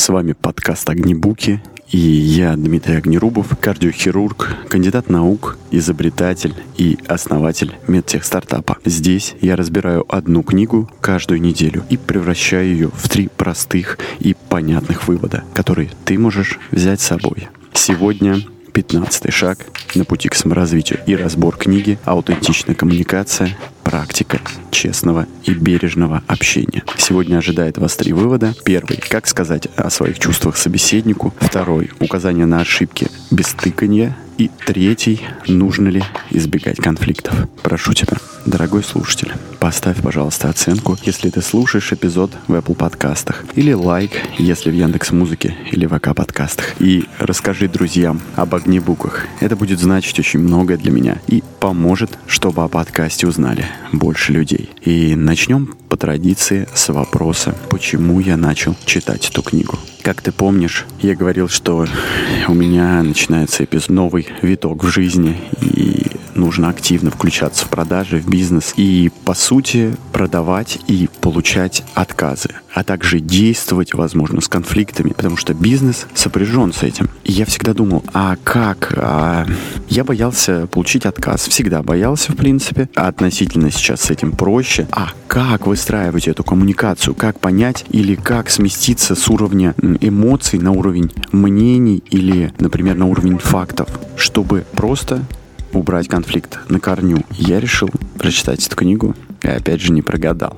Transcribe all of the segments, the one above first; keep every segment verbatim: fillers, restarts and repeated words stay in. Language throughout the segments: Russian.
С вами подкаст «Огнебуки», и я, Дмитрий Огнерубов, кардиохирург, кандидат наук, изобретатель и основатель медтех-стартапа. Здесь я разбираю одну книгу каждую неделю и превращаю ее в три простых и понятных вывода, которые ты можешь взять с собой. Сегодня пятнадцатый шаг на пути к саморазвитию и разбор книги «Аутентичная коммуникация. Практика честного и бережного общения». Сегодня ожидает вас три вывода. Первый – как сказать о своих чувствах собеседнику. Второй – указание на ошибки без тыканья. И третий – нужно ли избегать конфликтов. Прошу тебя, дорогой слушатель, поставь, пожалуйста, оценку, если ты слушаешь эпизод в Apple подкастах, или лайк, если в Яндекс.Музыке или в ВК подкастах. И расскажи друзьям об огнебуках. Это будет значить очень многое для меня и поможет, чтобы о подкасте узнали больше людей. И начнем по традиции с вопроса, почему я начал читать эту книгу. Как ты помнишь, я говорил, что у меня начинается эпизод, новый виток в жизни, и нужно активно включаться в продажи, в бизнес и, по сути, продавать и получать отказы, а также действовать, возможно, с конфликтами, потому что бизнес сопряжен с этим. И я всегда думал, а как? А... Я боялся получить отказ, всегда боялся, в принципе, а относительно сейчас с этим проще. А как выстраивать эту коммуникацию, как понять или как сместиться с уровня эмоций на уровень мнений или, например, на уровень фактов, чтобы просто убрать конфликт на корню. Я решил прочитать эту книгу и опять же не прогадал.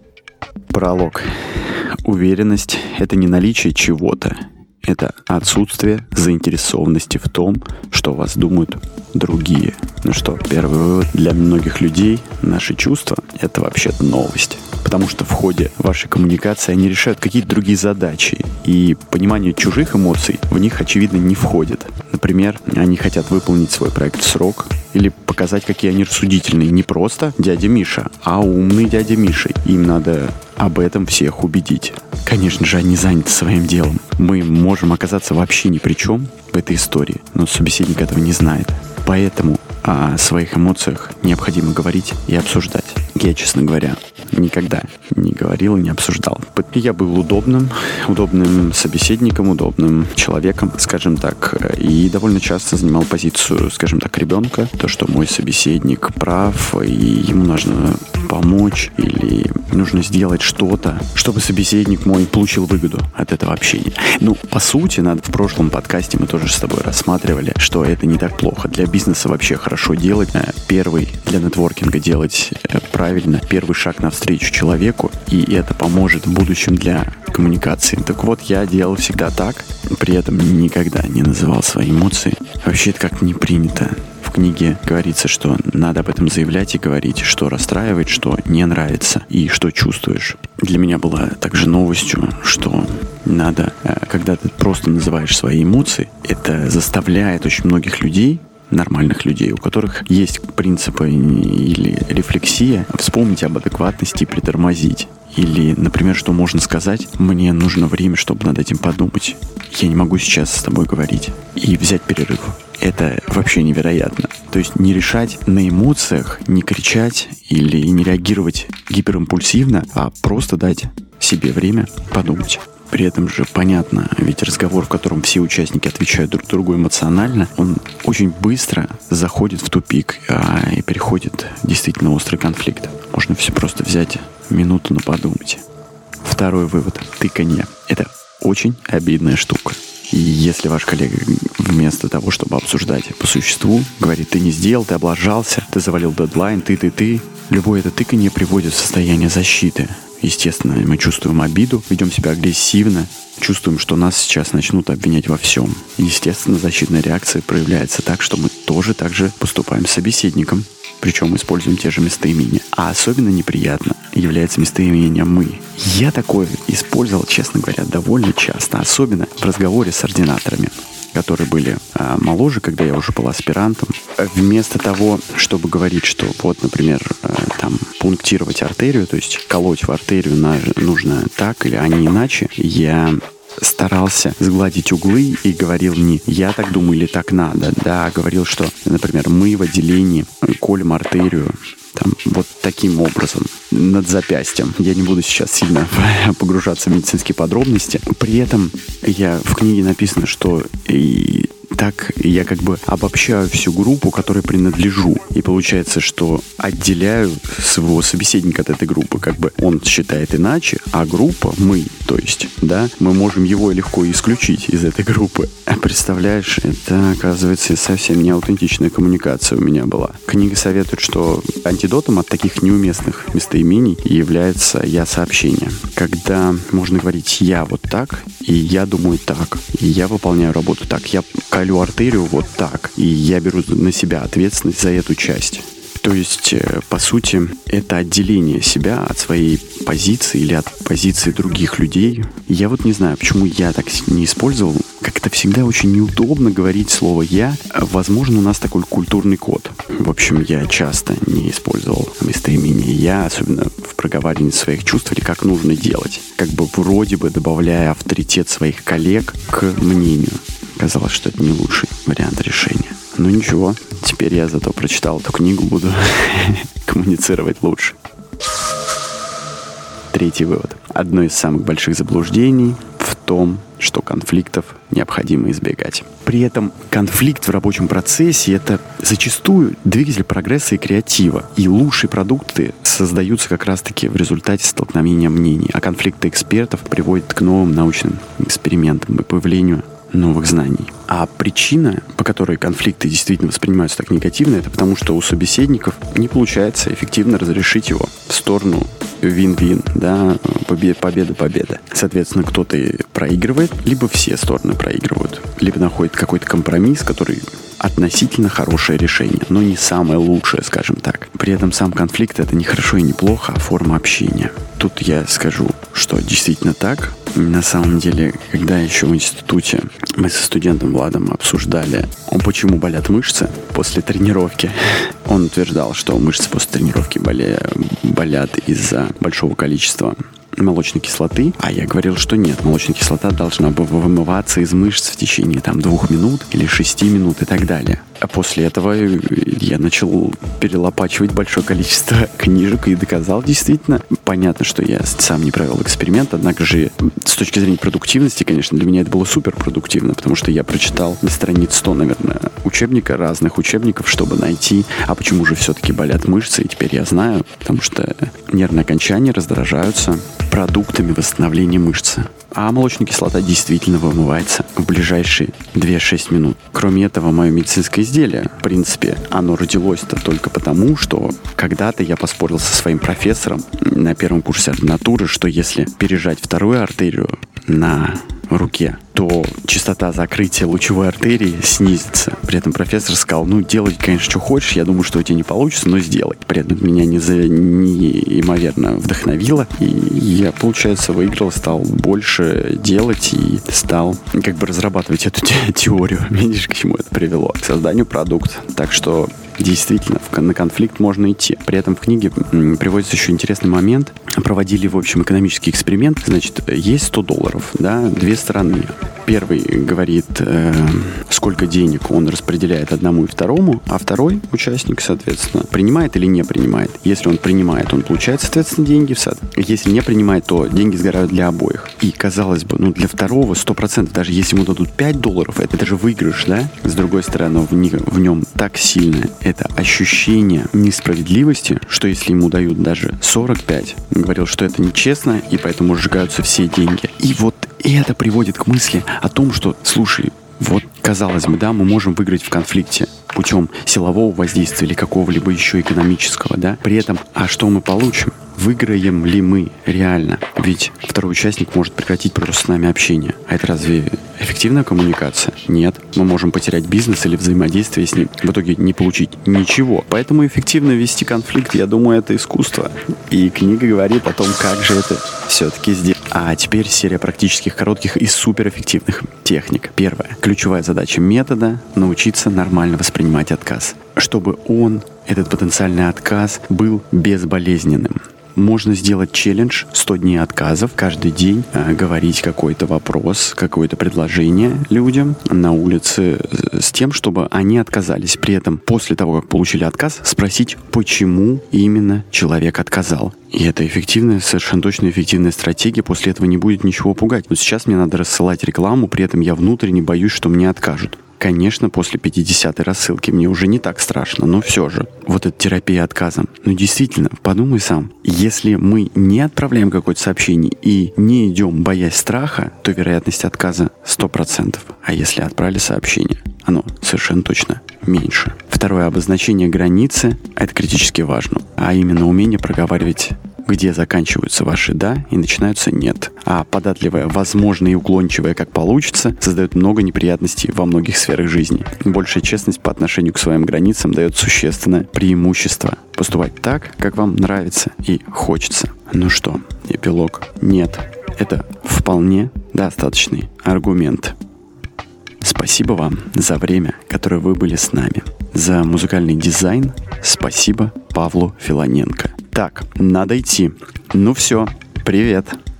Пролог. Уверенность – это не наличие чего-то. Это отсутствие заинтересованности в том, что о вас думают другие. Ну что, первый вывод. Для многих людей наши чувства – это вообще-то новость. Потому что в ходе вашей коммуникации они решают какие-то другие задачи. И понимание чужих эмоций в них, очевидно, не входит. Например, они хотят выполнить свой проект в срок или показать, какие они рассудительные. Не просто дядя Миша, а умный дядя Миша. Им надо об этом всех убедить. Конечно же, они заняты своим делом. Мы можем оказаться вообще ни при чем в этой истории, но собеседник этого не знает. Поэтому о своих эмоциях необходимо говорить и обсуждать. Я, честно говоря, никогда не говорил и не обсуждал. Я был удобным, удобным собеседником, удобным человеком, скажем так, и довольно часто занимал позицию, скажем так, ребенка. То, что мой собеседник прав, и ему нужно помочь или нужно сделать что-то, чтобы собеседник мой получил выгоду от этого общения. Ну, по сути, надо, в прошлом подкасте мы тоже с тобой рассматривали, что это не так плохо. Для бизнеса вообще хорошо делать. Первый для нетворкинга делать правильно, первый шаг навстречу человеку, и это поможет в будущем для коммуникации. Так вот, я делал всегда так, при этом никогда не называл свои эмоции. Вообще это как-то не принято. В книге говорится, что надо об этом заявлять и говорить, что расстраивает, что не нравится и что чувствуешь. Для меня было также новостью, что надо, когда ты просто называешь свои эмоции, это заставляет очень многих людей, нормальных людей, у которых есть принципы или рефлексия, вспомнить об адекватности и притормозить. Или, например, что можно сказать: мне нужно время, чтобы над этим подумать. Я не могу сейчас с тобой говорить. И взять перерыв. Это вообще невероятно. То есть не решать на эмоциях, не кричать или не реагировать гиперимпульсивно, а просто дать себе время подумать. При этом же понятно, ведь разговор, в котором все участники отвечают друг другу эмоционально, он очень быстро заходит в тупик а, и переходит в действительно острый конфликт. Можно все просто взять минуту на подумать. Второй вывод. Тыканье. Это очень обидная штука. И если ваш коллега вместо того, чтобы обсуждать по существу, говорит: ты не сделал, ты облажался, ты завалил дедлайн, ты-ты-ты, любое это тыканье приводит в состояние защиты. Естественно, мы чувствуем обиду, ведем себя агрессивно, чувствуем, что нас сейчас начнут обвинять во всем. Естественно, защитная реакция проявляется так, что мы тоже так же поступаем с собеседником, причем используем те же местоимения. А особенно неприятно является местоимение «мы». Я такое использовал, честно говоря, довольно часто, особенно в разговоре с ординаторами, которые были а, моложе, когда я уже был аспирантом. Вместо того, чтобы говорить, что вот, например, а, там пунктировать артерию, то есть колоть в артерию на, нужно так или а не иначе, я старался сгладить углы и говорил не «я так думаю» или «так надо», да, а говорил, что, например, мы в отделении колем артерию там, вот таким образом. над запястьем. Я не буду сейчас сильно погружаться в медицинские подробности. При этом я в книге написано, что и так я как бы обобщаю всю группу, которой принадлежу. И получается, что отделяю своего собеседника от этой группы. Как бы он считает иначе, а группа, мы, то есть, да, мы можем его легко исключить из этой группы. А представляешь, это, оказывается, совсем не аутентичная коммуникация у меня была. Книга советует, что антидотом от таких неуместных местоимений является «я-сообщение». Когда можно говорить «я вот так», и «я думаю так», и «я выполняю работу так», «я колю артерию вот так», и «я беру на себя ответственность за эту часть». То есть, по сути, это отделение себя от своей позиции или от позиции других людей. Я вот не знаю, почему я так не использовал. Как-то всегда очень неудобно говорить слово «я». Возможно, у нас такой культурный код. В общем, я часто не использовал местоимение «я», особенно в проговаривании своих чувств или как нужно делать. Как бы вроде бы добавляя авторитет своих коллег к мнению. Казалось, что это не лучший вариант решения. Ну ничего, теперь я зато прочитал эту книгу, буду коммуницировать лучше. Третий вывод. Одно из самых больших заблуждений в том, что конфликтов необходимо избегать. При этом конфликт в рабочем процессе — это зачастую двигатель прогресса и креатива. И лучшие продукты создаются как раз-таки в результате столкновения мнений. А конфликты экспертов приводят к новым научным экспериментам и появлению новых знаний. А причина, по которой конфликты действительно воспринимаются так негативно, это потому, что у собеседников не получается эффективно разрешить его в сторону вин-вин, да, победа-победа. Соответственно, кто-то проигрывает, либо все стороны проигрывают, либо находит какой-то компромисс, который относительно хорошее решение, но не самое лучшее, скажем так. При этом сам конфликт — это не хорошо и не плохо, а форма общения. Тут я скажу, что действительно так. На самом деле, когда еще в институте мы со студентом Владом обсуждали, почему болят мышцы после тренировки, он утверждал, что мышцы после тренировки болят из-за большого количества молочной кислоты, а я говорил, что нет, молочная кислота должна вымываться из мышц в течение там двух минут или шести минут и так далее. А после этого я начал перелопачивать большое количество книжек и доказал действительно. Понятно, что я сам не провел эксперимент, однако же с точки зрения продуктивности, конечно, для меня это было супер продуктивно, потому что я прочитал на страниц сто, наверное, учебника, разных учебников, чтобы найти, а почему же все-таки болят мышцы, и теперь я знаю, потому что нервные окончания раздражаются продуктами восстановления мышцы. А молочная кислота действительно вымывается в ближайшие две-шесть минут. Кроме этого, мое медицинское изделие, в принципе, оно родилось-то только потому, что когда-то я поспорил со своим профессором на первом курсе ординатуры, что если пережать вторую артерию на руке, то частота закрытия лучевой артерии снизится. При этом профессор сказал, ну, делай, конечно, что хочешь, я думаю, что у тебя не получится, но сделай. При этом меня неимоверно вдохновило, и я, получается, выиграл, стал больше делать и стал как бы разрабатывать эту те- теорию. Видишь, к чему это привело? К созданию продукта. Так что действительно, на конфликт можно идти. При этом в книге м, приводится еще интересный момент. Проводили, в общем, экономический эксперимент. Значит, есть сто долларов, да, две стороны. Первый говорит, э, сколько денег он распределяет одному и второму, а второй участник, соответственно, принимает или не принимает. Если он принимает, он получает, соответственно, деньги в сад. Если не принимает, то деньги сгорают для обоих. И, казалось бы, ну, для второго сто процентов, даже если ему дадут пять долларов, это даже выигрыш, да? С другой стороны, в, них, в нем так сильно это ощущение несправедливости, что если ему дают даже сорок пять, он говорил, что это нечестно, и поэтому сжигаются все деньги. И вот это приводит к мысли о том, что, слушай, вот, казалось бы, да, мы можем выиграть в конфликте путем силового воздействия или какого-либо еще экономического, да. При этом, а что мы получим? Выиграем ли мы реально? Ведь второй участник может прекратить просто с нами общение. А это разве эффективная коммуникация? Нет. Мы можем потерять бизнес или взаимодействие с ним. В итоге не получить ничего. Поэтому эффективно вести конфликт, я думаю, это искусство. И книга говорит о том, как же это все-таки сделать. А теперь серия практических, коротких и суперэффективных техник. Первое. Ключевая задача метода – научиться нормально воспринимать отказ. Чтобы он, этот потенциальный отказ, был безболезненным. Можно сделать челлендж сто дней отказов, каждый день э, говорить какой-то вопрос, какое-то предложение людям на улице с тем, чтобы они отказались. При этом после того, как получили отказ, спросить, почему именно человек отказал. И это эффективная, совершенно точно эффективная стратегия. После этого не будет ничего пугать. Но сейчас мне надо рассылать рекламу, при этом я внутренне боюсь, что мне откажут. Конечно, после пятидесятой рассылки мне уже не так страшно, но все же. Вот эта терапия отказом. Ну, действительно, подумай сам. Если мы не отправляем какое-то сообщение и не идем, боясь страха, то вероятность отказа сто процентов. А если отправили сообщение, оно совершенно точно меньше. Второе, обозначение границы. Это критически важно. А именно умение проговаривать, где заканчиваются ваши «да» и начинаются «нет». А податливое «возможно» и уклончивое «как получится» создает много неприятностей во многих сферах жизни. Большая честность по отношению к своим границам дает существенное преимущество. Поступать так, как вам нравится и хочется. Ну что, эпилог? Нет. Это вполне достаточный аргумент. Спасибо вам за время, которое вы были с нами. За музыкальный дизайн спасибо Павлу Филоненко. Так, надо идти. Ну все, привет.